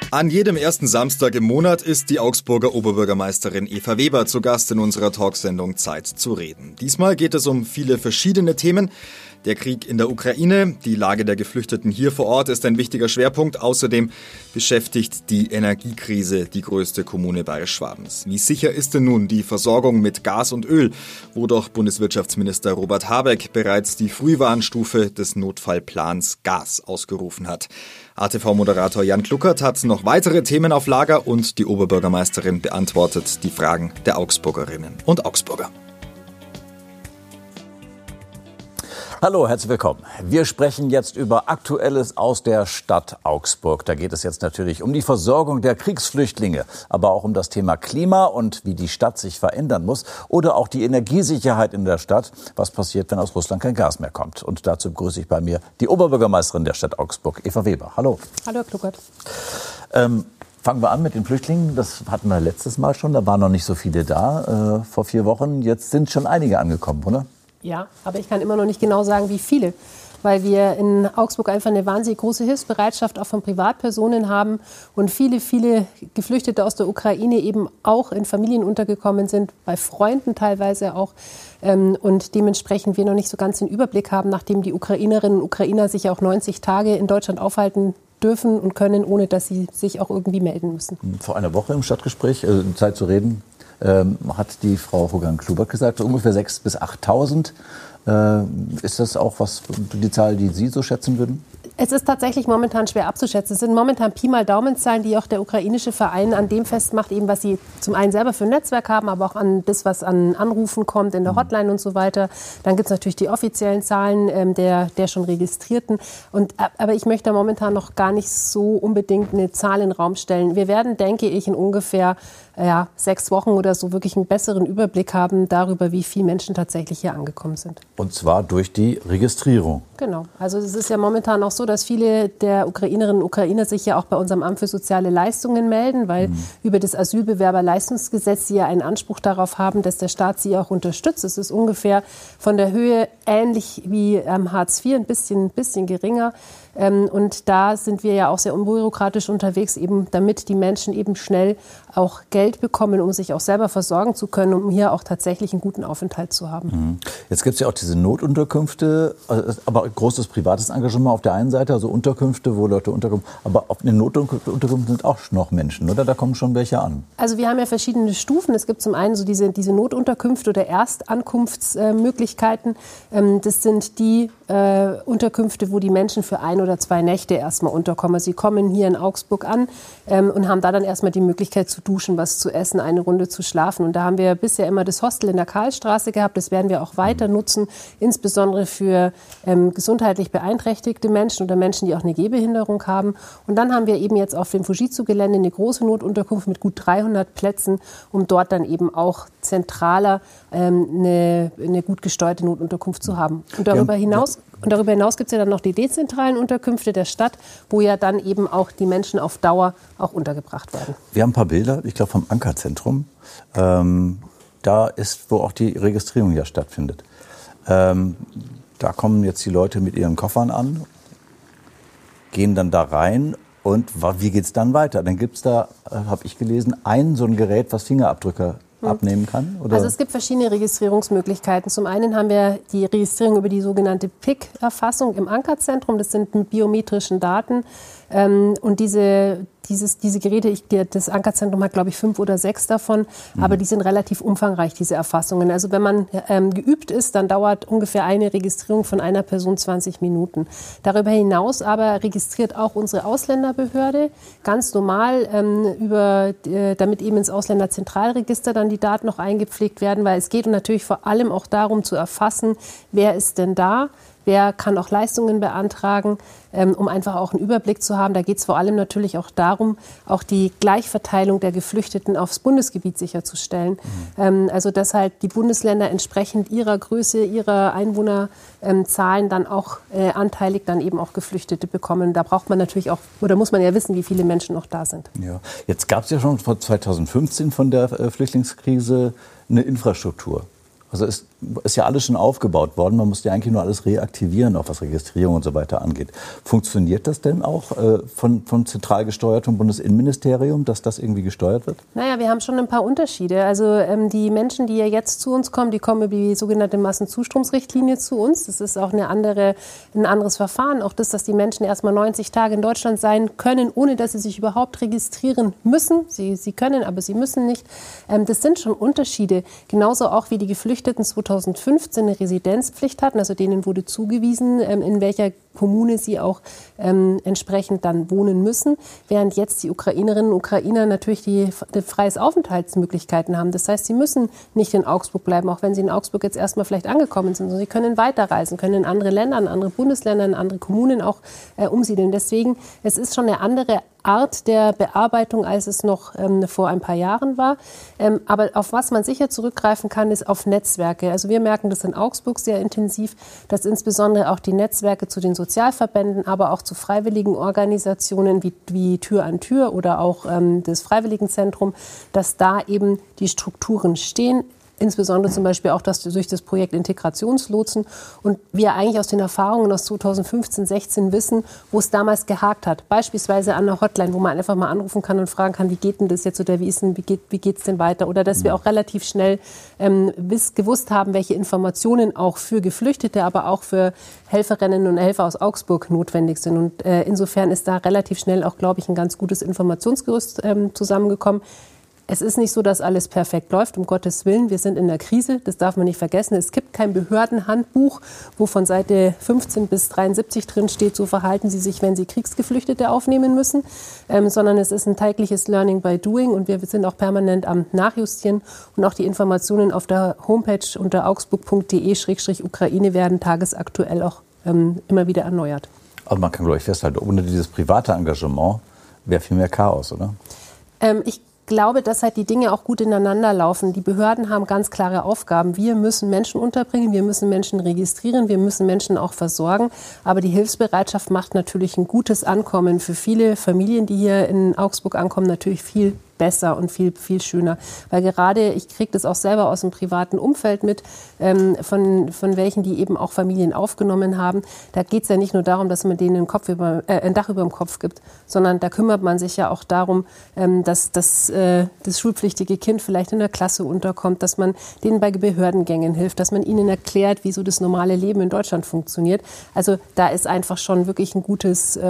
An jedem ersten Samstag im Monat ist die Augsburger Oberbürgermeisterin Eva Weber zu Gast in unserer Talksendung Zeit zu reden. Diesmal geht es um viele verschiedene Themen. Der Krieg in der Ukraine, die Lage der Geflüchteten hier vor Ort ist ein wichtiger Schwerpunkt. Außerdem beschäftigt die Energiekrise die größte Kommune Bayerisch-Schwabens. Wie sicher ist denn nun die Versorgung mit Gas und Öl, wo doch Bundeswirtschaftsminister Robert Habeck bereits die Frühwarnstufe des Notfallplans Gas ausgerufen hat? ATV-Moderator Jan Kluckert hat noch weitere Themen auf Lager und die Oberbürgermeisterin beantwortet die Fragen der Augsburgerinnen und Augsburger. Hallo, herzlich willkommen. Wir sprechen jetzt über Aktuelles aus der Stadt Augsburg. Da geht es jetzt natürlich um die Versorgung der Kriegsflüchtlinge, aber auch um das Thema Klima und wie die Stadt sich verändern muss oder auch die Energiesicherheit in der Stadt. Was passiert, wenn aus Russland kein Gas mehr kommt? Und dazu begrüße ich bei mir die Oberbürgermeisterin der Stadt Augsburg, Eva Weber. Hallo. Hallo, Herr Kluckert. Fangen wir an mit den Flüchtlingen. Das hatten wir letztes Mal schon. Da waren noch nicht so viele da, vor 4 Wochen. Jetzt sind schon einige angekommen, oder? Ja, aber ich kann immer noch nicht genau sagen, wie viele, weil wir in Augsburg einfach eine wahnsinnig große Hilfsbereitschaft auch von Privatpersonen haben und viele Geflüchtete aus der Ukraine eben auch in Familien untergekommen sind, bei Freunden teilweise auch und dementsprechend wir noch nicht so ganz den Überblick haben, nachdem die Ukrainerinnen und Ukrainer sich auch 90 Tage in Deutschland aufhalten dürfen und können, ohne dass sie sich auch irgendwie melden müssen. Vor einer Woche im Stadtgespräch, Zeit zu reden, hat die Frau Hogan-Klubert gesagt, so ungefähr 6.000 bis 8.000. Ist das auch die Zahl, die Sie so schätzen würden? Es ist tatsächlich momentan schwer abzuschätzen. Es sind momentan Pi mal Daumen-Zahlen, die auch der ukrainische Verein an dem festmacht, eben was sie zum einen selber für ein Netzwerk haben, aber auch an das, was an Anrufen kommt in der Hotline und so weiter. Dann gibt es natürlich die offiziellen Zahlen der schon Registrierten. Aber ich möchte da momentan noch gar nicht so unbedingt eine Zahl in den Raum stellen. Wir werden, denke ich, in ungefähr 6 Wochen oder so wirklich einen besseren Überblick haben darüber, wie viele Menschen tatsächlich hier angekommen sind. Und zwar durch die Registrierung. Genau. Also es ist ja momentan auch so, dass viele der Ukrainerinnen und Ukrainer sich ja auch bei unserem Amt für soziale Leistungen melden, weil über das Asylbewerberleistungsgesetz sie ja einen Anspruch darauf haben, dass der Staat sie auch unterstützt. Es ist ungefähr von der Höhe ähnlich wie Hartz IV, ein bisschen geringer. Und da sind wir ja auch sehr unbürokratisch unterwegs, eben damit die Menschen eben schnell auch Geld bekommen, um sich auch selber versorgen zu können, um hier auch tatsächlich einen guten Aufenthalt zu haben. Jetzt gibt es ja auch diese Notunterkünfte, aber großes privates Engagement auf der einen Seite, also Unterkünfte, wo Leute unterkommen. Aber auf den Notunterkünften sind auch noch Menschen, oder? Da kommen schon welche an. Also wir haben ja verschiedene Stufen. Es gibt zum einen so diese Notunterkünfte oder Erstankunftsmöglichkeiten. Das sind die Unterkünfte, wo die Menschen für 1 oder 2 Nächte erstmal unterkommen. Sie kommen hier in Augsburg an und haben da dann erstmal die Möglichkeit zu duschen, was zu essen, eine Runde zu schlafen. Und da haben wir bisher immer das Hostel in der Karlstraße gehabt. Das werden wir auch weiter nutzen, insbesondere für gesundheitlich beeinträchtigte Menschen oder Menschen, die auch eine Gehbehinderung haben. Und dann haben wir eben jetzt auf dem Fujitsu-Gelände eine große Notunterkunft mit gut 300 Plätzen, um dort dann eben auch zentraler eine gut gesteuerte Notunterkunft zu haben. Und darüber hinaus gibt es ja dann noch die dezentralen Unterkünfte der Stadt, wo ja dann eben auch die Menschen auf Dauer auch untergebracht werden. Wir haben ein paar Bilder, ich glaube vom Ankerzentrum. Da ist, wo auch die Registrierung ja stattfindet. Da kommen jetzt die Leute mit ihren Koffern an, gehen dann da rein und wie geht es dann weiter? Dann gibt es da, habe ich gelesen, so ein Gerät, was Fingerabdrücke abnehmen kann? Oder? Also es gibt verschiedene Registrierungsmöglichkeiten. Zum einen haben wir die Registrierung über die sogenannte PIC-Erfassung im Ankerzentrum. Das sind mit biometrischen Daten. Und diese Geräte, das Ankerzentrum hat, glaube ich, 5 oder 6 davon, aber die sind relativ umfangreich, diese Erfassungen. Also wenn man geübt ist, dann dauert ungefähr eine Registrierung von einer Person 20 Minuten. Darüber hinaus aber registriert auch unsere Ausländerbehörde ganz normal, damit eben ins Ausländerzentralregister dann die Daten noch eingepflegt werden, weil es geht natürlich vor allem auch darum zu erfassen, wer ist denn da, wer kann auch Leistungen beantragen, um einfach auch einen Überblick zu haben. Da geht es vor allem natürlich auch darum, auch die Gleichverteilung der Geflüchteten aufs Bundesgebiet sicherzustellen. Also dass halt die Bundesländer entsprechend ihrer Größe, ihrer Einwohnerzahlen dann auch anteilig dann eben auch Geflüchtete bekommen. Da braucht man natürlich auch, oder muss man ja wissen, wie viele Menschen noch da sind. Ja. Jetzt gab es ja schon vor 2015 von der Flüchtlingskrise eine Infrastruktur. Also es ist ja alles schon aufgebaut worden. Man muss ja eigentlich nur alles reaktivieren, auch was Registrierung und so weiter angeht. Funktioniert das denn auch von zentral gesteuertem Bundesinnenministerium, dass das irgendwie gesteuert wird? Naja, wir haben schon ein paar Unterschiede. Also die Menschen, die ja jetzt zu uns kommen, die kommen über die sogenannte Massenzustromsrichtlinie zu uns. Das ist auch ein anderes Verfahren. Auch das, dass die Menschen erstmal 90 Tage in Deutschland sein können, ohne dass sie sich überhaupt registrieren müssen. Sie können, aber sie müssen nicht. Das sind schon Unterschiede. Genauso auch wie die Geflüchteten 2015 eine Residenzpflicht hatten, also denen wurde zugewiesen, in welcher Kommune sie auch entsprechend dann wohnen müssen, während jetzt die Ukrainerinnen und Ukrainer natürlich die freies Aufenthaltsmöglichkeiten haben. Das heißt, sie müssen nicht in Augsburg bleiben, auch wenn sie in Augsburg jetzt erstmal vielleicht angekommen sind, sondern sie können weiterreisen, können in andere Länder, in andere Bundesländer, in andere Kommunen auch umsiedeln. Deswegen, es ist schon eine andere Art der Bearbeitung, als es noch vor ein paar Jahren war. Aber auf was man sicher zurückgreifen kann, ist auf Netzwerke. Also wir merken das in Augsburg sehr intensiv, dass insbesondere auch die Netzwerke zu den Sozialverbänden, aber auch zu freiwilligen Organisationen wie Tür an Tür oder auch das Freiwilligenzentrum, dass da eben die Strukturen stehen. Insbesondere zum Beispiel auch durch das Projekt Integrationslotsen. Und wir eigentlich aus den Erfahrungen aus 2015, 16 wissen, wo es damals gehakt hat. Beispielsweise an einer Hotline, wo man einfach mal anrufen kann und fragen kann, wie geht denn das jetzt oder wie geht's denn weiter? Oder dass wir auch relativ schnell gewusst haben, welche Informationen auch für Geflüchtete, aber auch für Helferinnen und Helfer aus Augsburg notwendig sind. Und insofern ist da relativ schnell auch, glaube ich, ein ganz gutes Informationsgerüst zusammengekommen. Es ist nicht so, dass alles perfekt läuft, um Gottes Willen. Wir sind in der Krise, das darf man nicht vergessen. Es gibt kein Behördenhandbuch, wo von Seite 15 bis 73 drin steht, so verhalten Sie sich, wenn Sie Kriegsgeflüchtete aufnehmen müssen, sondern es ist ein tägliches Learning by Doing und wir sind auch permanent am Nachjustieren. Und auch die Informationen auf der Homepage unter augsburg.de/Ukraine werden tagesaktuell auch immer wieder erneuert. Aber man kann, glaube ich, festhalten, ohne dieses private Engagement wäre viel mehr Chaos, oder? Ich glaube, dass halt die Dinge auch gut ineinander laufen. Die Behörden haben ganz klare Aufgaben. Wir müssen Menschen unterbringen, wir müssen Menschen registrieren, wir müssen Menschen auch versorgen. Aber die Hilfsbereitschaft macht natürlich ein gutes Ankommen für viele Familien, die hier in Augsburg ankommen, natürlich viel besser und viel, viel schöner. Weil gerade, ich kriege das auch selber aus dem privaten Umfeld mit, von welchen, die eben auch Familien aufgenommen haben. Da geht es ja nicht nur darum, dass man denen ein Dach über dem Kopf gibt, sondern da kümmert man sich ja auch darum, dass das schulpflichtige Kind vielleicht in der Klasse unterkommt, dass man denen bei Behördengängen hilft, dass man ihnen erklärt, wie so das normale Leben in Deutschland funktioniert. Also da ist einfach schon wirklich ein gutes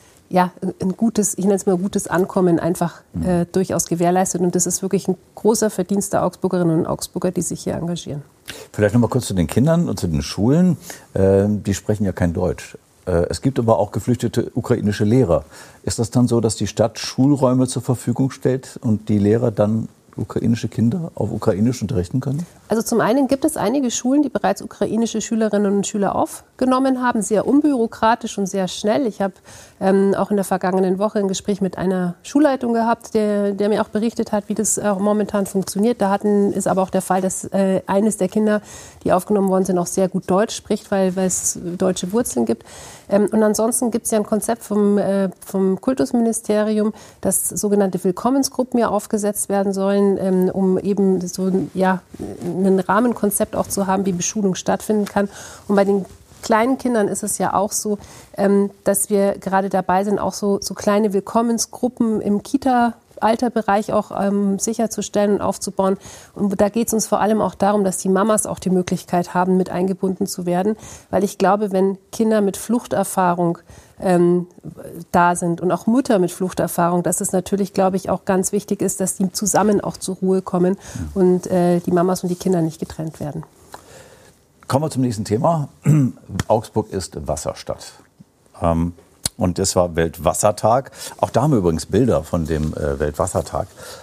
ich nenne es mal gutes Ankommen einfach durchaus gewährleistet. Und das ist wirklich ein großer Verdienst der Augsburgerinnen und Augsburger, die sich hier engagieren. Vielleicht noch mal kurz zu den Kindern und zu den Schulen. Die sprechen ja kein Deutsch. Es gibt aber auch geflüchtete ukrainische Lehrer. Ist das dann so, dass die Stadt Schulräume zur Verfügung stellt und die Lehrer dann ukrainische Kinder auf Ukrainisch unterrichten können? Also zum einen gibt es einige Schulen, die bereits ukrainische Schülerinnen und Schüler aufgenommen haben, sehr unbürokratisch und sehr schnell. Ich habe auch in der vergangenen Woche ein Gespräch mit einer Schulleitung gehabt, der mir auch berichtet hat, wie das momentan funktioniert. Da ist aber auch der Fall, dass eines der Kinder, die aufgenommen worden sind, auch sehr gut Deutsch spricht, weil es deutsche Wurzeln gibt. Und ansonsten gibt es ja ein Konzept vom Kultusministerium, dass sogenannte Willkommensgruppen ja aufgesetzt werden sollen, um eben so ein Rahmenkonzept auch zu haben, wie Beschulung stattfinden kann. Und bei den kleinen Kindern ist es ja auch so, dass wir gerade dabei sind, auch so kleine Willkommensgruppen im Kita-Alterbereich auch sicherzustellen und aufzubauen. Und da geht es uns vor allem auch darum, dass die Mamas auch die Möglichkeit haben, mit eingebunden zu werden. Weil ich glaube, wenn Kinder mit Fluchterfahrung da sind und auch Mütter mit Fluchterfahrung, dass es natürlich, glaube ich, auch ganz wichtig ist, dass die zusammen auch zur Ruhe kommen und die Mamas und die Kinder nicht getrennt werden. Kommen wir zum nächsten Thema. Augsburg ist Wasserstadt. Und es war Weltwassertag. Auch da haben wir übrigens Bilder von dem Weltwassertag.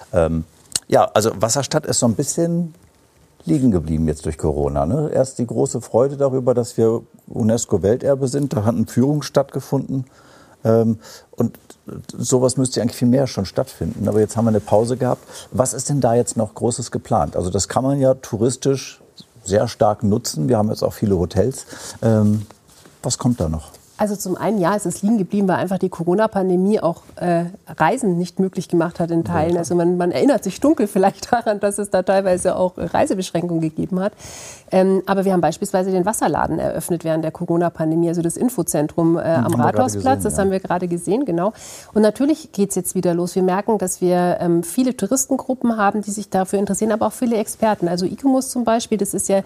Also Wasserstadt ist so ein bisschen liegen geblieben jetzt durch Corona. Ne? Erst die große Freude darüber, dass wir UNESCO-Welterbe sind. Da hat eine Führung stattgefunden. Und sowas müsste eigentlich viel mehr schon stattfinden. Aber jetzt haben wir eine Pause gehabt. Was ist denn da jetzt noch Großes geplant? Also das kann man ja touristisch sehr stark nutzen. Wir haben jetzt auch viele Hotels. Was kommt da noch? Also zum einen, ja, es ist liegen geblieben, weil einfach die Corona-Pandemie auch Reisen nicht möglich gemacht hat in Teilen. Also man erinnert sich dunkel vielleicht daran, dass es da teilweise auch Reisebeschränkungen gegeben hat. Aber wir haben beispielsweise den Wasserladen eröffnet während der Corona-Pandemie, also das Infozentrum am Rathausplatz. Das haben wir gerade gesehen, genau. Und natürlich geht es jetzt wieder los. Wir merken, dass wir viele Touristengruppen haben, die sich dafür interessieren, aber auch viele Experten. Also ICOMOS zum Beispiel, das ist ja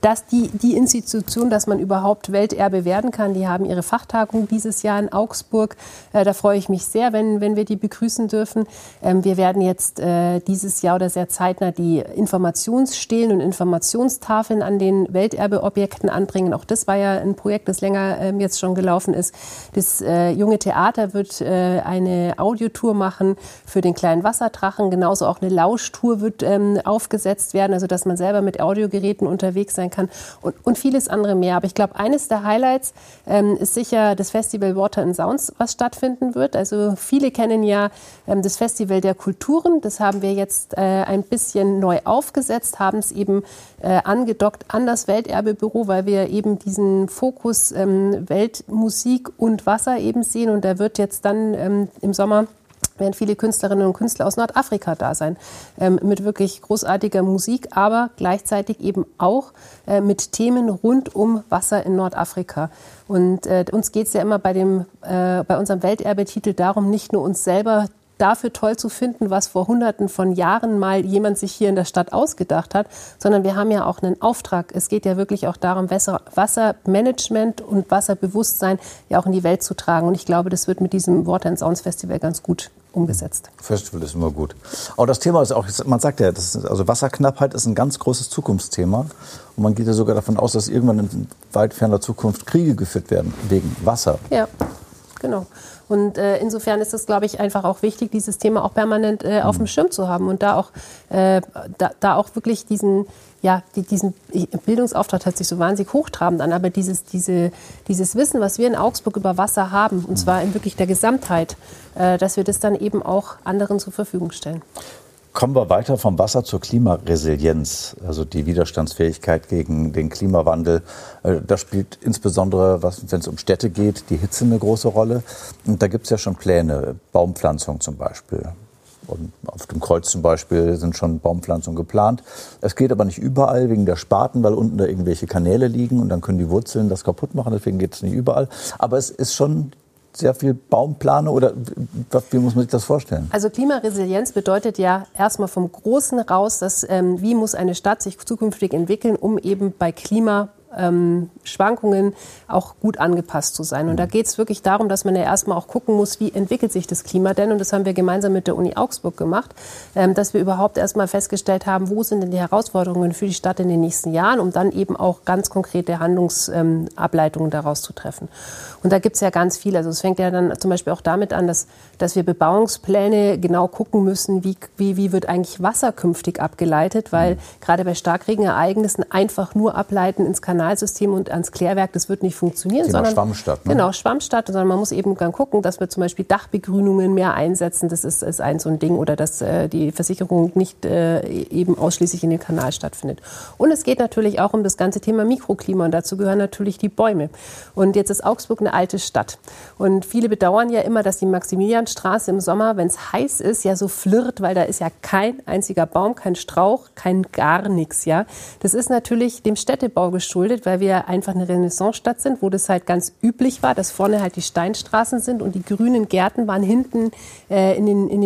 die Institution, dass man überhaupt Welterbe werden kann. Die haben ihre Fachtagung dieses Jahr in Augsburg. Da freue ich mich sehr, wenn wir die begrüßen dürfen. Wir werden jetzt dieses Jahr oder sehr zeitnah die Informationsstelen und Informationstafeln an den Welterbeobjekten anbringen. Auch das war ja ein Projekt, das länger jetzt schon gelaufen ist. Das Junge Theater wird eine Audiotour machen für den kleinen Wasserdrachen. Genauso auch eine Lauschtour wird aufgesetzt werden, also dass man selber mit Audiogeräten unterwegs sein kann und vieles andere mehr. Aber ich glaube, eines der Highlights ist sicher das Festival Water and Sounds, was stattfinden wird. Also viele kennen ja das Festival der Kulturen. Das haben wir jetzt ein bisschen neu aufgesetzt, haben es eben angedockt an das Welterbebüro, weil wir eben diesen Fokus Weltmusik und Wasser eben sehen. Und da wird jetzt dann im Sommer werden viele Künstlerinnen und Künstler aus Nordafrika da sein, mit wirklich großartiger Musik, aber gleichzeitig eben auch mit Themen rund um Wasser in Nordafrika. Und uns geht es ja immer bei unserem Welterbetitel darum, nicht nur uns selber dafür toll zu finden, was vor Hunderten von Jahren mal jemand sich hier in der Stadt ausgedacht hat, sondern wir haben ja auch einen Auftrag. Es geht ja wirklich auch darum, Wassermanagement und Wasserbewusstsein ja auch in die Welt zu tragen. Und ich glaube, das wird mit diesem Water and Sounds Festival ganz gut umgesetzt. Festival ist immer gut. Aber das Thema ist auch, man sagt ja, also Wasserknappheit ist ein ganz großes Zukunftsthema. Und man geht ja sogar davon aus, dass irgendwann in weit ferner Zukunft Kriege geführt werden wegen Wasser. Ja, genau. Und insofern ist es, glaube ich, einfach auch wichtig, dieses Thema auch permanent auf dem Schirm zu haben und da auch wirklich diesen Bildungsauftrag hört sich so wahnsinnig hochtrabend an, aber dieses Wissen, was wir in Augsburg über Wasser haben, und zwar in wirklich der Gesamtheit, dass wir das dann eben auch anderen zur Verfügung stellen. Kommen wir weiter vom Wasser zur Klimaresilienz, also die Widerstandsfähigkeit gegen den Klimawandel. Da spielt insbesondere, wenn es um Städte geht, die Hitze eine große Rolle. Und da gibt es ja schon Pläne, Baumpflanzung zum Beispiel. Und auf dem Kreuz zum Beispiel sind schon Baumpflanzungen geplant. Es geht aber nicht überall wegen der Spaten, weil unten da irgendwelche Kanäle liegen und dann können die Wurzeln das kaputt machen. Deswegen geht es nicht überall. Aber es ist schon sehr viel Baumplane oder wie muss man sich das vorstellen? Also Klimaresilienz bedeutet ja erstmal vom Großen raus, dass wie muss eine Stadt sich zukünftig entwickeln, um eben bei Schwankungen auch gut angepasst zu sein. Und da geht es wirklich darum, dass man ja erstmal auch gucken muss, wie entwickelt sich das Klima denn? Und das haben wir gemeinsam mit der Uni Augsburg gemacht, dass wir überhaupt erstmal festgestellt haben, wo sind denn die Herausforderungen für die Stadt in den nächsten Jahren, um dann eben auch ganz konkrete Handlungsableitungen daraus zu treffen. Und da gibt es ja ganz viel. Also es fängt ja dann zum Beispiel auch damit an, dass wir Bebauungspläne genau gucken müssen, wie wird eigentlich Wasser künftig abgeleitet, weil gerade bei Starkregenereignissen einfach nur ableiten ins Kanalsystem und ans Klärwerk, das wird nicht funktionieren. Thema sondern Schwammstadt. Ne? Genau, Schwammstadt, sondern man muss eben dann gucken, dass wir zum Beispiel Dachbegrünungen mehr einsetzen, das ist so ein Ding, oder dass die Versicherung nicht eben ausschließlich in dem Kanal stattfindet. Und es geht natürlich auch um das ganze Thema Mikroklima und dazu gehören natürlich die Bäume. Und jetzt ist Augsburg eine alte Stadt und viele bedauern ja immer, dass die Maximilianstraße im Sommer, wenn es heiß ist, ja so flirrt, weil da ist ja kein einziger Baum, kein Strauch, kein gar nichts. Ja? Das ist natürlich dem Städtebau geschuldet, weil wir einfach eine Renaissance-Stadt sind, wo das halt ganz üblich war, dass vorne halt die Steinstraßen sind und die grünen Gärten waren hinten in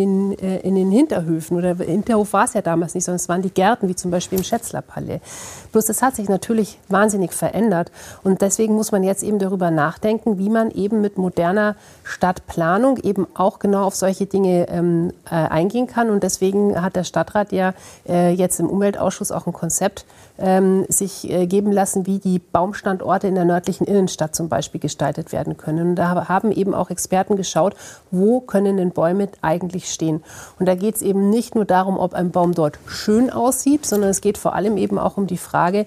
den Hinterhöfen. Oder Hinterhof war es ja damals nicht, sondern es waren die Gärten, wie zum Beispiel im Schätzlerpalais. Bloß das hat sich natürlich wahnsinnig verändert und deswegen muss man jetzt eben darüber nachdenken, wie man eben mit moderner Stadtplanung eben auch genau auf solche Dinge eingehen kann. Und deswegen hat der Stadtrat ja jetzt im Umweltausschuss auch ein Konzept sich geben lassen, wie die Baumstandorte in der nördlichen Innenstadt zum Beispiel gestaltet werden können. Und da haben eben auch Experten geschaut, wo können denn Bäume eigentlich stehen. Und da geht es eben nicht nur darum, ob ein Baum dort schön aussieht, sondern es geht vor allem eben auch um die Frage,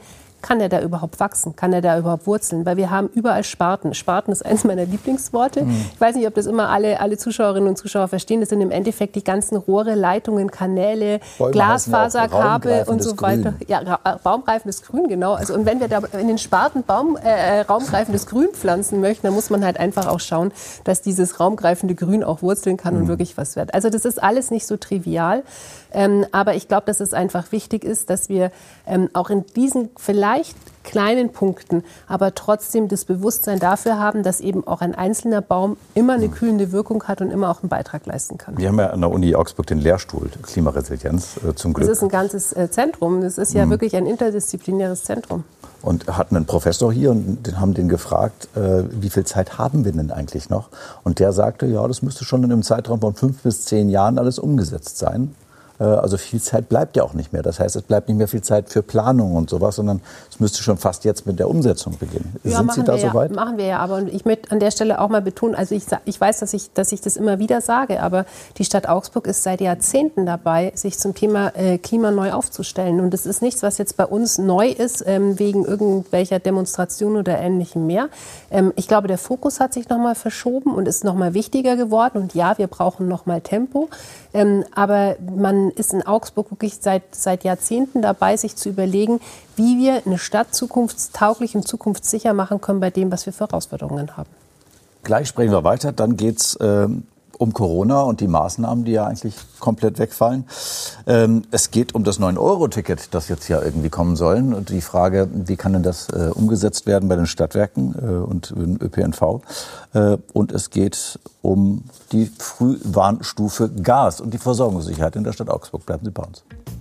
kann er da überhaupt wachsen? Kann er da überhaupt wurzeln? Weil wir haben überall Sparten. Sparten ist eines meiner Lieblingsworte. Ich weiß nicht, ob das immer alle Zuschauerinnen und Zuschauer verstehen. Das sind im Endeffekt die ganzen Rohre, Leitungen, Kanäle, Glasfaserkabel und so weiter. Grün. Ja, baumreifendes Grün, genau. Also, und wenn wir da in den Sparten raumgreifendes Grün pflanzen möchten, dann muss man halt einfach auch schauen, dass dieses raumgreifende Grün auch wurzeln kann und wirklich was wird. Also das ist alles nicht so trivial. Aber ich glaube, dass es einfach wichtig ist, dass wir auch in diesen vielleicht kleinen Punkten, aber trotzdem das Bewusstsein dafür haben, dass eben auch ein einzelner Baum immer eine kühlende Wirkung hat und immer auch einen Beitrag leisten kann. Wir haben ja an der Uni Augsburg den Lehrstuhl Klimaresilienz zum Glück. Das ist ein ganzes Zentrum. Das ist ja wirklich ein interdisziplinäres Zentrum. Und hatten einen Professor hier und haben den gefragt, wie viel Zeit haben wir denn eigentlich noch? Und der sagte, ja, das müsste schon in einem Zeitraum von 5 bis 10 Jahren alles umgesetzt sein. Also viel Zeit bleibt ja auch nicht mehr. Das heißt, es bleibt nicht mehr viel Zeit für Planung und sowas, sondern es müsste schon fast jetzt mit der Umsetzung beginnen. Ja, sind Sie da so weit? Machen wir ja. Aber ich möchte an der Stelle auch mal betonen, also ich weiß, dass ich das immer wieder sage, aber die Stadt Augsburg ist seit Jahrzehnten dabei, sich zum Thema Klima neu aufzustellen. Und das ist nichts, was jetzt bei uns neu ist, wegen irgendwelcher Demonstrationen oder Ähnlichem mehr. Ich glaube, der Fokus hat sich nochmal verschoben und ist nochmal wichtiger geworden. Und ja, wir brauchen nochmal Tempo. Aber man ist in Augsburg wirklich seit Jahrzehnten dabei, sich zu überlegen, wie wir eine Stadt zukunftstauglich und zukunftssicher machen können bei dem, was wir für Herausforderungen haben. Gleich sprechen wir weiter. Dann geht es um Corona und die Maßnahmen, die ja eigentlich komplett wegfallen. Es geht um das 9-Euro-Ticket, das jetzt ja irgendwie kommen soll. Und die Frage, wie kann denn das umgesetzt werden bei den Stadtwerken und im ÖPNV? Und es geht um die Frühwarnstufe Gas und die Versorgungssicherheit in der Stadt Augsburg. Bleiben Sie bei uns.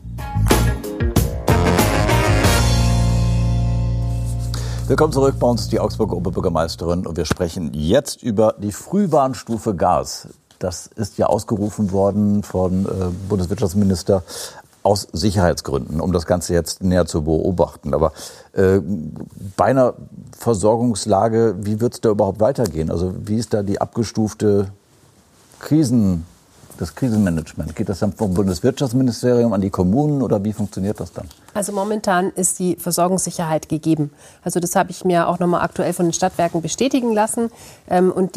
Willkommen zurück, bei uns die Augsburger Oberbürgermeisterin. Und wir sprechen jetzt über die Frühwarnstufe Gas. Das ist ja ausgerufen worden von Bundeswirtschaftsminister aus Sicherheitsgründen, um das Ganze jetzt näher zu beobachten. Aber bei einer Versorgungslage, wie wird es da überhaupt weitergehen? Also wie ist da die abgestufte das Krisenmanagement? Geht das dann vom Bundeswirtschaftsministerium an die Kommunen oder wie funktioniert das dann? Also momentan ist die Versorgungssicherheit gegeben. Also das habe ich mir auch nochmal aktuell von den Stadtwerken bestätigen lassen. Und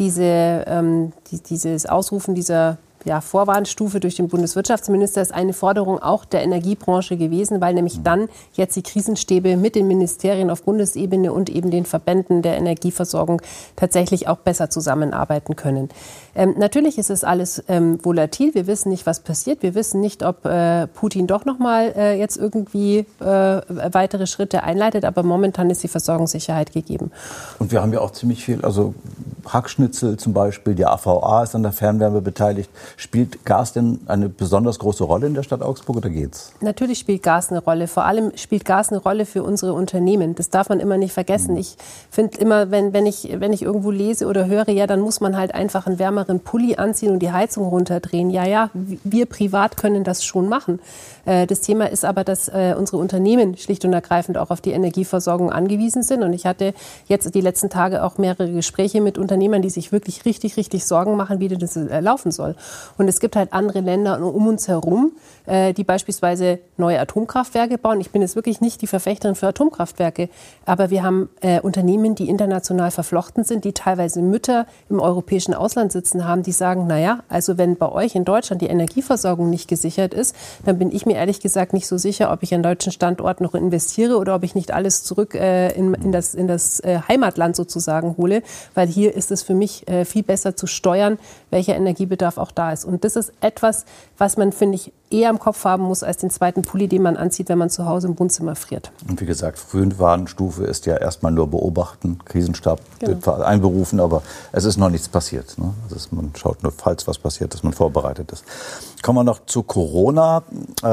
dieses Ausrufen dieser Vorwarnstufe durch den Bundeswirtschaftsminister ist eine Forderung auch der Energiebranche gewesen, weil nämlich dann jetzt die Krisenstäbe mit den Ministerien auf Bundesebene und eben den Verbänden der Energieversorgung tatsächlich auch besser zusammenarbeiten können. Natürlich ist es alles volatil. Wir wissen nicht, was passiert. Wir wissen nicht, ob Putin doch noch mal jetzt irgendwie weitere Schritte einleitet. Aber momentan ist die Versorgungssicherheit gegeben. Und wir haben ja auch ziemlich viel, also Hackschnitzel zum Beispiel, die AVA ist an der Fernwärme beteiligt. Spielt Gas denn eine besonders große Rolle in der Stadt Augsburg oder geht's? Natürlich spielt Gas eine Rolle. Vor allem spielt Gas eine Rolle für unsere Unternehmen. Das darf man immer nicht vergessen. Ich finde immer, wenn ich irgendwo lese oder höre, ja, dann muss man halt einfach einen wärmeren Pulli anziehen und die Heizung runterdrehen. Ja, wir privat können das schon machen. Das Thema ist aber, dass unsere Unternehmen schlicht und ergreifend auch auf die Energieversorgung angewiesen sind. Und ich hatte jetzt die letzten Tage auch mehrere Gespräche mit Unternehmern, die sich wirklich richtig Sorgen machen, wie das laufen soll. Und es gibt halt andere Länder um uns herum, die beispielsweise neue Atomkraftwerke bauen. Ich bin jetzt wirklich nicht die Verfechterin für Atomkraftwerke, aber wir haben Unternehmen, die international verflochten sind, die teilweise Mütter im europäischen Ausland sitzen haben, die sagen, naja, also wenn bei euch in Deutschland die Energieversorgung nicht gesichert ist, dann bin ich mir ehrlich gesagt nicht so sicher, ob ich an deutschen Standort noch investiere oder ob ich nicht alles zurück in das Heimatland sozusagen hole, weil hier ist es für mich viel besser zu steuern, welcher Energiebedarf auch da ist. Und das ist etwas, was man, finde ich, eher im Kopf haben muss als den zweiten Pulli, den man anzieht, wenn man zu Hause im Wohnzimmer friert. Und wie gesagt, Frühwarnstufe ist ja erstmal nur beobachten. Krisenstab wird einberufen, aber es ist noch nichts passiert. Ne? Also man schaut nur, falls was passiert, dass man vorbereitet ist. Kommen wir noch zu Corona.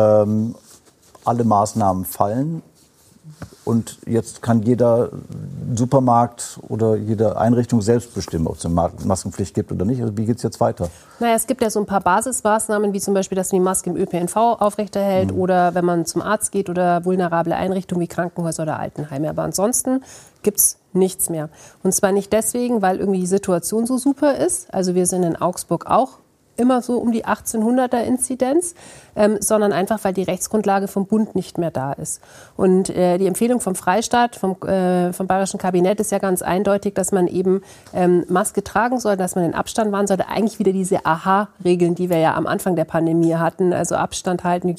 Alle Maßnahmen fallen. Und jetzt kann jeder Supermarkt oder jede Einrichtung selbst bestimmen, ob es eine Maskenpflicht gibt oder nicht. Also wie geht es jetzt weiter? Naja, es gibt ja so ein paar Basismaßnahmen, wie zum Beispiel, dass man die Maske im ÖPNV aufrechterhält oder wenn man zum Arzt geht oder vulnerable Einrichtungen wie Krankenhäuser oder Altenheime. Aber ansonsten gibt es nichts mehr. Und zwar nicht deswegen, weil irgendwie die Situation so super ist. Also wir sind in Augsburg auch immer so um die 1800er Inzidenz, sondern einfach, weil die Rechtsgrundlage vom Bund nicht mehr da ist. Und die Empfehlung vom Freistaat, vom Bayerischen Kabinett ist ja ganz eindeutig, dass man eben Maske tragen soll, dass man den Abstand wahren sollte. Eigentlich wieder diese AHA-Regeln, die wir ja am Anfang der Pandemie hatten, also Abstand halten,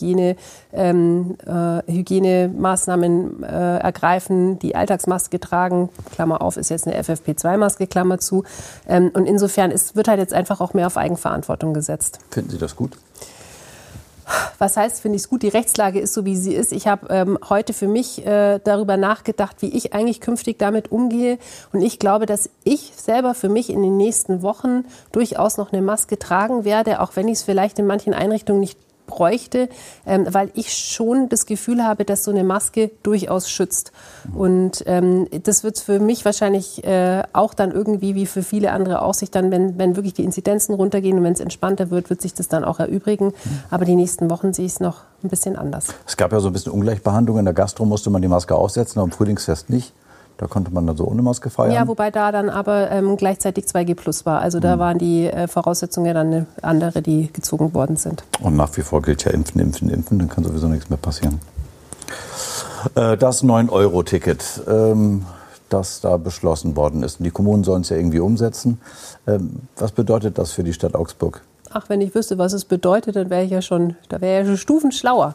Hygienemaßnahmen ergreifen, die Alltagsmaske tragen, Klammer auf, ist jetzt eine FFP2-Maske, Klammer zu. Und insofern wird halt jetzt einfach auch mehr auf Eigenverantwortung gesetzt. Finden Sie das gut? Was heißt, finde ich es gut? Die Rechtslage ist so, wie sie ist. Ich habe heute für mich darüber nachgedacht, wie ich eigentlich künftig damit umgehe. Und ich glaube, dass ich selber für mich in den nächsten Wochen durchaus noch eine Maske tragen werde, auch wenn ich es vielleicht in manchen Einrichtungen nicht bräuchte, weil ich schon das Gefühl habe, dass so eine Maske durchaus schützt. Und das wird für mich wahrscheinlich auch dann irgendwie, wie für viele andere auch, sich dann, wenn wirklich die Inzidenzen runtergehen und wenn es entspannter wird sich das dann auch erübrigen. Aber die nächsten Wochen sehe ich es noch ein bisschen anders. Es gab ja so ein bisschen Ungleichbehandlung. In der Gastro musste man die Maske aufsetzen, aber im Frühlingsfest nicht. Da konnte man dann so ohne Maske feiern. Ja, wobei da dann aber gleichzeitig 2G+ war. Also da waren die Voraussetzungen ja dann andere, die gezogen worden sind. Und nach wie vor gilt ja impfen, impfen, impfen. Dann kann sowieso nichts mehr passieren. Das 9-Euro-Ticket, das da beschlossen worden ist. Und die Kommunen sollen es ja irgendwie umsetzen. Was bedeutet das für die Stadt Augsburg? Ach, wenn ich wüsste, was es bedeutet, dann wäre ich ja schon Stufen schlauer.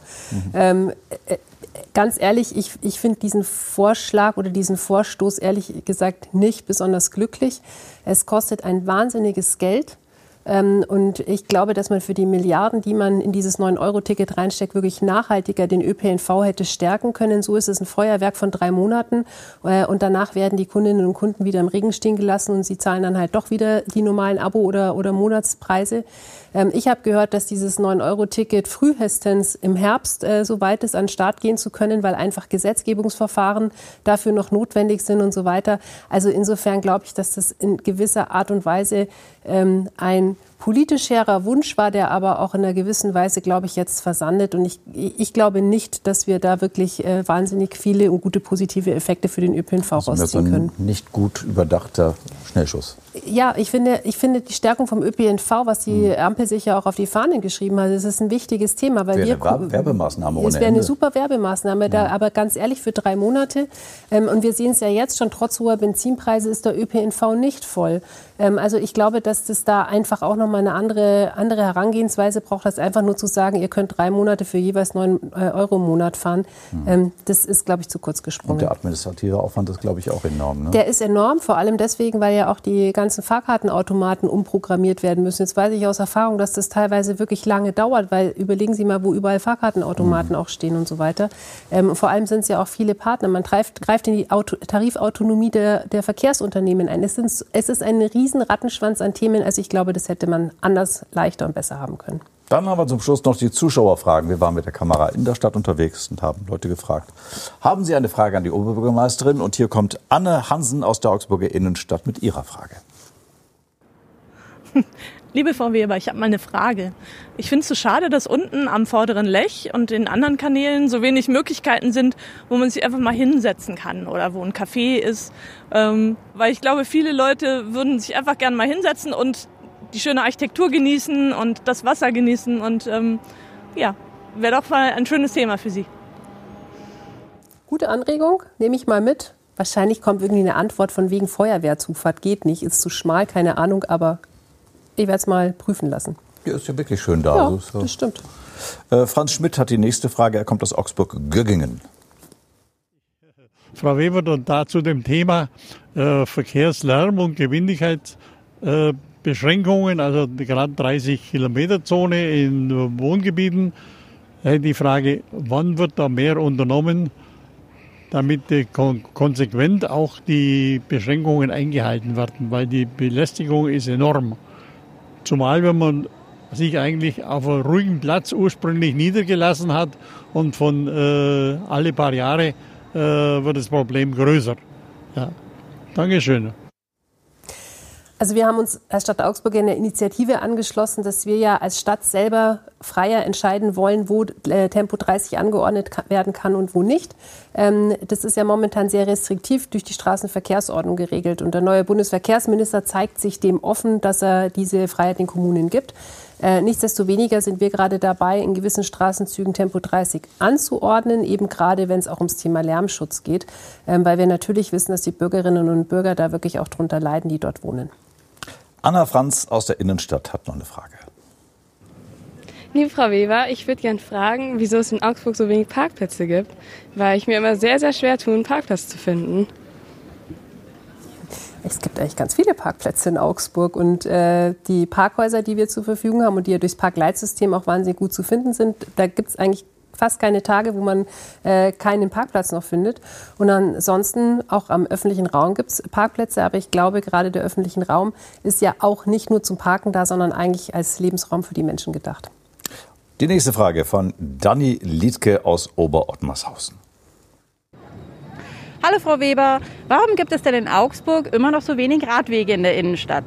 Ganz ehrlich, ich finde diesen Vorschlag oder diesen Vorstoß ehrlich gesagt nicht besonders glücklich. Es kostet ein wahnsinniges Geld. Und ich glaube, dass man für die Milliarden, die man in dieses 9-Euro-Ticket reinsteckt, wirklich nachhaltiger den ÖPNV hätte stärken können. So ist es ein Feuerwerk von 3 Monaten. Und danach werden die Kundinnen und Kunden wieder im Regen stehen gelassen und sie zahlen dann halt doch wieder die normalen Abo- oder Monatspreise. Ich habe gehört, dass dieses 9-Euro-Ticket frühestens im Herbst so weit ist, an den Start gehen zu können, weil einfach Gesetzgebungsverfahren dafür noch notwendig sind und so weiter. Also insofern glaube ich, dass das in gewisser Art und Weise ein politisch hehrer Wunsch war, der aber auch in einer gewissen Weise, glaube ich, jetzt versandet. Und ich glaube nicht, dass wir da wirklich wahnsinnig viele und gute positive Effekte für den ÖPNV rausziehen können. Nicht gut überdachter Schnellschuss. Ja, ich finde die Stärkung vom ÖPNV, was die Ampel sich ja auch auf die Fahnen geschrieben hat, das ist ein wichtiges Thema. Weil wäre eine Werbemaßnahme ohne Ende. Es wäre eine super Werbemaßnahme, aber ganz ehrlich, für 3 Monate. Und wir sehen es ja jetzt schon, trotz hoher Benzinpreise ist der ÖPNV nicht voll. Also ich glaube, dass das da einfach auch nochmal eine andere Herangehensweise braucht, als einfach nur zu sagen, ihr könnt 3 Monate für jeweils 9 Euro im Monat fahren. Das ist, glaube ich, zu kurz gesprungen. Und der administrative Aufwand ist, glaube ich, auch enorm. Ne? Der ist enorm, vor allem deswegen, weil ja auch die ganzen Fahrkartenautomaten umprogrammiert werden müssen. Jetzt weiß ich aus Erfahrung, dass das teilweise wirklich lange dauert, weil überlegen Sie mal, wo überall Fahrkartenautomaten auch stehen und so weiter. Vor allem sind es ja auch viele Partner. Man greift in die Tarifautonomie der Verkehrsunternehmen ein. Es ist ein riesen Rattenschwanz an Themen. Also ich glaube, das hätte man anders, leichter und besser haben können. Dann haben wir zum Schluss noch die Zuschauerfragen. Wir waren mit der Kamera in der Stadt unterwegs und haben Leute gefragt. Haben Sie eine Frage an die Oberbürgermeisterin? Und hier kommt Anne Hansen aus der Augsburger Innenstadt mit ihrer Frage. Liebe Frau Weber, ich habe mal eine Frage. Ich finde es so schade, dass unten am vorderen Lech und in anderen Kanälen so wenig Möglichkeiten sind, wo man sich einfach mal hinsetzen kann oder wo ein Café ist. Weil ich glaube, viele Leute würden sich einfach gerne mal hinsetzen und die schöne Architektur genießen und das Wasser genießen. Und ja, wäre doch mal ein schönes Thema für Sie. Gute Anregung, nehme ich mal mit. Wahrscheinlich kommt irgendwie eine Antwort von wegen Feuerwehrzufahrt geht nicht, ist zu schmal, keine Ahnung, aber ich werde es mal prüfen lassen. Ja, ist ja wirklich schön da. Ja, also das stimmt. Franz Schmidt hat die nächste Frage. Er kommt aus Augsburg-Göggingen. Frau Weber, und dazu dem Thema Verkehrslärm und Geschwindigkeitsbeschränkungen, also gerade 30-Kilometer-Zone in Wohngebieten. Die Frage, wann wird da mehr unternommen, damit konsequent auch die Beschränkungen eingehalten werden, weil die Belästigung ist enorm. Zumal, wenn man sich eigentlich auf einem ruhigen Platz ursprünglich niedergelassen hat und von alle paar Jahre wird das Problem größer. Ja. Dankeschön. Also wir haben uns als Stadt Augsburg eine Initiative angeschlossen, dass wir ja als Stadt selber freier entscheiden wollen, wo Tempo 30 angeordnet werden kann und wo nicht. Das ist ja momentan sehr restriktiv durch die Straßenverkehrsordnung geregelt. Und der neue Bundesverkehrsminister zeigt sich dem offen, dass er diese Freiheit den Kommunen gibt. Nichtsdestoweniger sind wir gerade dabei, in gewissen Straßenzügen Tempo 30 anzuordnen, eben gerade wenn es auch ums Thema Lärmschutz geht, weil wir natürlich wissen, dass die Bürgerinnen und Bürger da wirklich auch drunter leiden, die dort wohnen. Anna Franz aus der Innenstadt hat noch eine Frage. Liebe Frau Weber, ich würde gerne fragen, wieso es in Augsburg so wenig Parkplätze gibt, weil ich mir immer sehr, sehr schwer tue, einen Parkplatz zu finden. Es gibt eigentlich ganz viele Parkplätze in Augsburg und die Parkhäuser, die wir zur Verfügung haben und die ja durchs Parkleitsystem auch wahnsinnig gut zu finden sind, da gibt es eigentlich fast keine Tage, wo man keinen Parkplatz noch findet. Und ansonsten auch am öffentlichen Raum gibt es Parkplätze, aber ich glaube, gerade der öffentliche Raum ist ja auch nicht nur zum Parken da, sondern eigentlich als Lebensraum für die Menschen gedacht. Die nächste Frage von Dani Liedke aus Oberottmarshausen. Hallo Frau Weber, warum gibt es denn in Augsburg immer noch so wenig Radwege in der Innenstadt?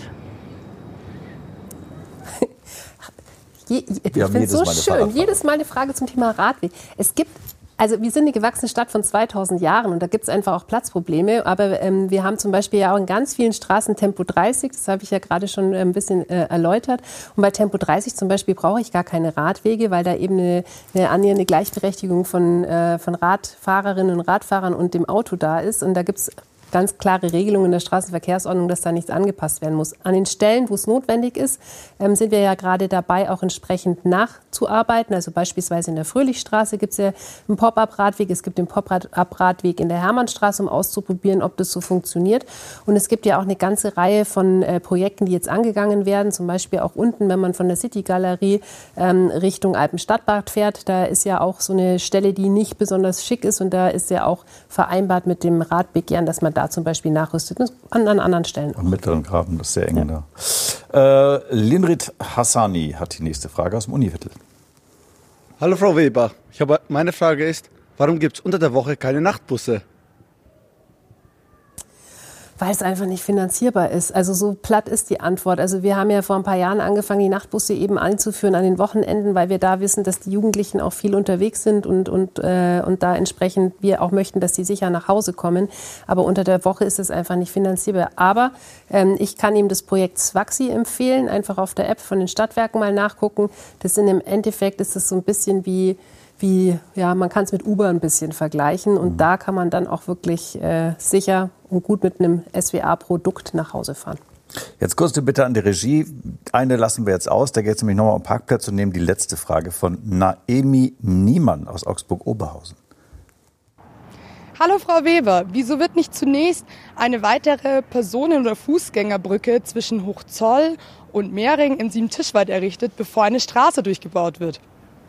Ich finde es so schön. Jedes Mal eine Frage zum Thema Radweg. Wir sind eine gewachsene Stadt von 2000 Jahren und da gibt es einfach auch Platzprobleme. Aber wir haben zum Beispiel ja auch in ganz vielen Straßen Tempo 30, das habe ich ja gerade schon ein bisschen erläutert. Und bei Tempo 30 zum Beispiel brauche ich gar keine Radwege, weil da eben eine annähernde Gleichberechtigung von Radfahrerinnen und Radfahrern und dem Auto da ist. Und da gibt es ganz klare Regelungen in der Straßenverkehrsordnung, dass da nichts angepasst werden muss. An den Stellen, wo es notwendig ist, sind wir ja gerade dabei, auch entsprechend nachzuarbeiten. Also beispielsweise in der Fröhlichstraße gibt es ja einen Pop-up-Radweg. Es gibt den Pop-up-Radweg in der Hermannstraße, um auszuprobieren, ob das so funktioniert. Und es gibt ja auch eine ganze Reihe von Projekten, die jetzt angegangen werden. Zum Beispiel auch unten, wenn man von der City-Galerie Richtung Alpenstadtbad fährt. Da ist ja auch so eine Stelle, die nicht besonders schick ist. Und da ist ja auch vereinbart mit dem Radbegehren, dass man da zum Beispiel nachrüstet, an anderen Stellen. Am Mittleren Graben, das ist sehr eng da. Linrit Hassani hat die nächste Frage aus dem Univiertel. Hallo Frau Weber, meine Frage ist, warum gibt es unter der Woche keine Nachtbusse? Weil es einfach nicht finanzierbar ist. Also so platt ist die Antwort. Also wir haben ja vor ein paar Jahren angefangen, die Nachtbusse eben einzuführen an den Wochenenden, weil wir da wissen, dass die Jugendlichen auch viel unterwegs sind und da entsprechend wir auch möchten, dass die sicher nach Hause kommen. Aber unter der Woche ist es einfach nicht finanzierbar. Aber ich kann ihm das Projekt Swaxi empfehlen, einfach auf der App von den Stadtwerken mal nachgucken. Das sind im Endeffekt ist das so ein bisschen wie man kann es mit Uber ein bisschen vergleichen und da kann man dann auch wirklich sicher und gut mit einem SWA-Produkt nach Hause fahren. Jetzt kurz die Bitte an die Regie. Eine lassen wir jetzt aus, da geht es nämlich nochmal um Parkplätze und nehmen die letzte Frage von Naemi Niemann aus Augsburg-Oberhausen. Hallo Frau Weber, wieso wird nicht zunächst eine weitere Personen- oder Fußgängerbrücke zwischen Hochzoll und Mehring in Siebentischwald errichtet, bevor eine Straße durchgebaut wird?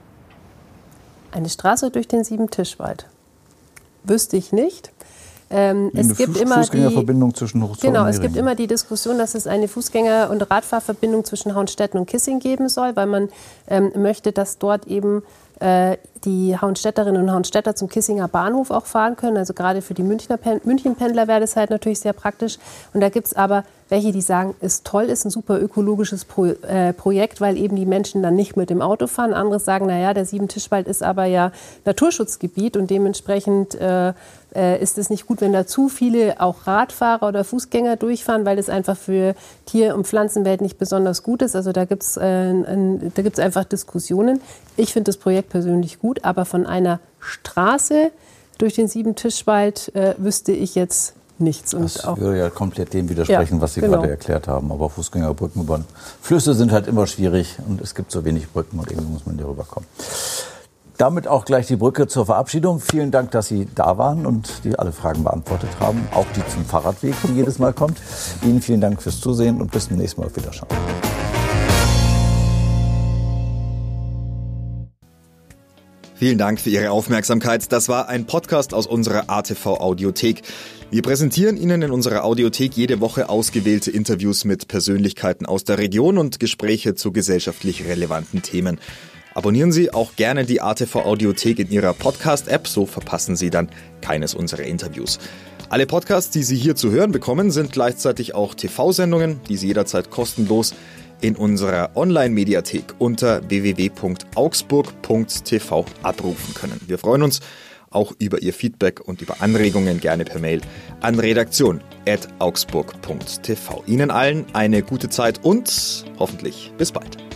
Eine Straße durch den Siebentischwald? Wüsste ich nicht. Es gibt immer Fußgängerverbindung zwischen Hochzoll und Mehring. Es gibt immer die Diskussion, dass es eine Fußgänger- und Radfahrverbindung zwischen Hauenstetten und Kissing geben soll, weil man möchte, dass dort eben die Hauenstädterinnen und Hauenstädter zum Kissinger Bahnhof auch fahren können. Also gerade für die Münchenpendler wäre das halt natürlich sehr praktisch. Und da gibt es aber welche, die sagen, ist toll, ist ein super ökologisches Projekt, weil eben die Menschen dann nicht mit dem Auto fahren. Andere sagen, naja, der Siebentischwald ist aber ja Naturschutzgebiet und dementsprechend ist es nicht gut, wenn da zu viele auch Radfahrer oder Fußgänger durchfahren, weil das einfach für Tier- und Pflanzenwelt nicht besonders gut ist. Also da gibt's einfach Diskussionen. Ich finde das Projekt persönlich gut, aber von einer Straße durch den Siebentischwald wüsste ich jetzt nichts. Und das würde ja komplett dem widersprechen, was Sie gerade erklärt haben. Aber Fußgängerbrücken über Flüsse sind halt immer schwierig und es gibt so wenig Brücken und irgendwie muss man hier rüberkommen. Damit auch gleich die Brücke zur Verabschiedung. Vielen Dank, dass Sie da waren und die alle Fragen beantwortet haben. Auch die zum Fahrradweg, die jedes Mal kommt. Ihnen vielen Dank fürs Zusehen und bis zum nächsten Mal. Auf Wiederschauen. Vielen Dank für Ihre Aufmerksamkeit. Das war ein Podcast aus unserer ATV Audiothek. Wir präsentieren Ihnen in unserer Audiothek jede Woche ausgewählte Interviews mit Persönlichkeiten aus der Region und Gespräche zu gesellschaftlich relevanten Themen. Abonnieren Sie auch gerne die ATV Audiothek in Ihrer Podcast-App, so verpassen Sie dann keines unserer Interviews. Alle Podcasts, die Sie hier zu hören bekommen, sind gleichzeitig auch TV-Sendungen, die Sie jederzeit kostenlos in unserer Online-Mediathek unter www.augsburg.tv abrufen können. Wir freuen uns auch über Ihr Feedback und über Anregungen gerne per Mail an redaktion@augsburg.tv. Ihnen allen eine gute Zeit und hoffentlich bis bald.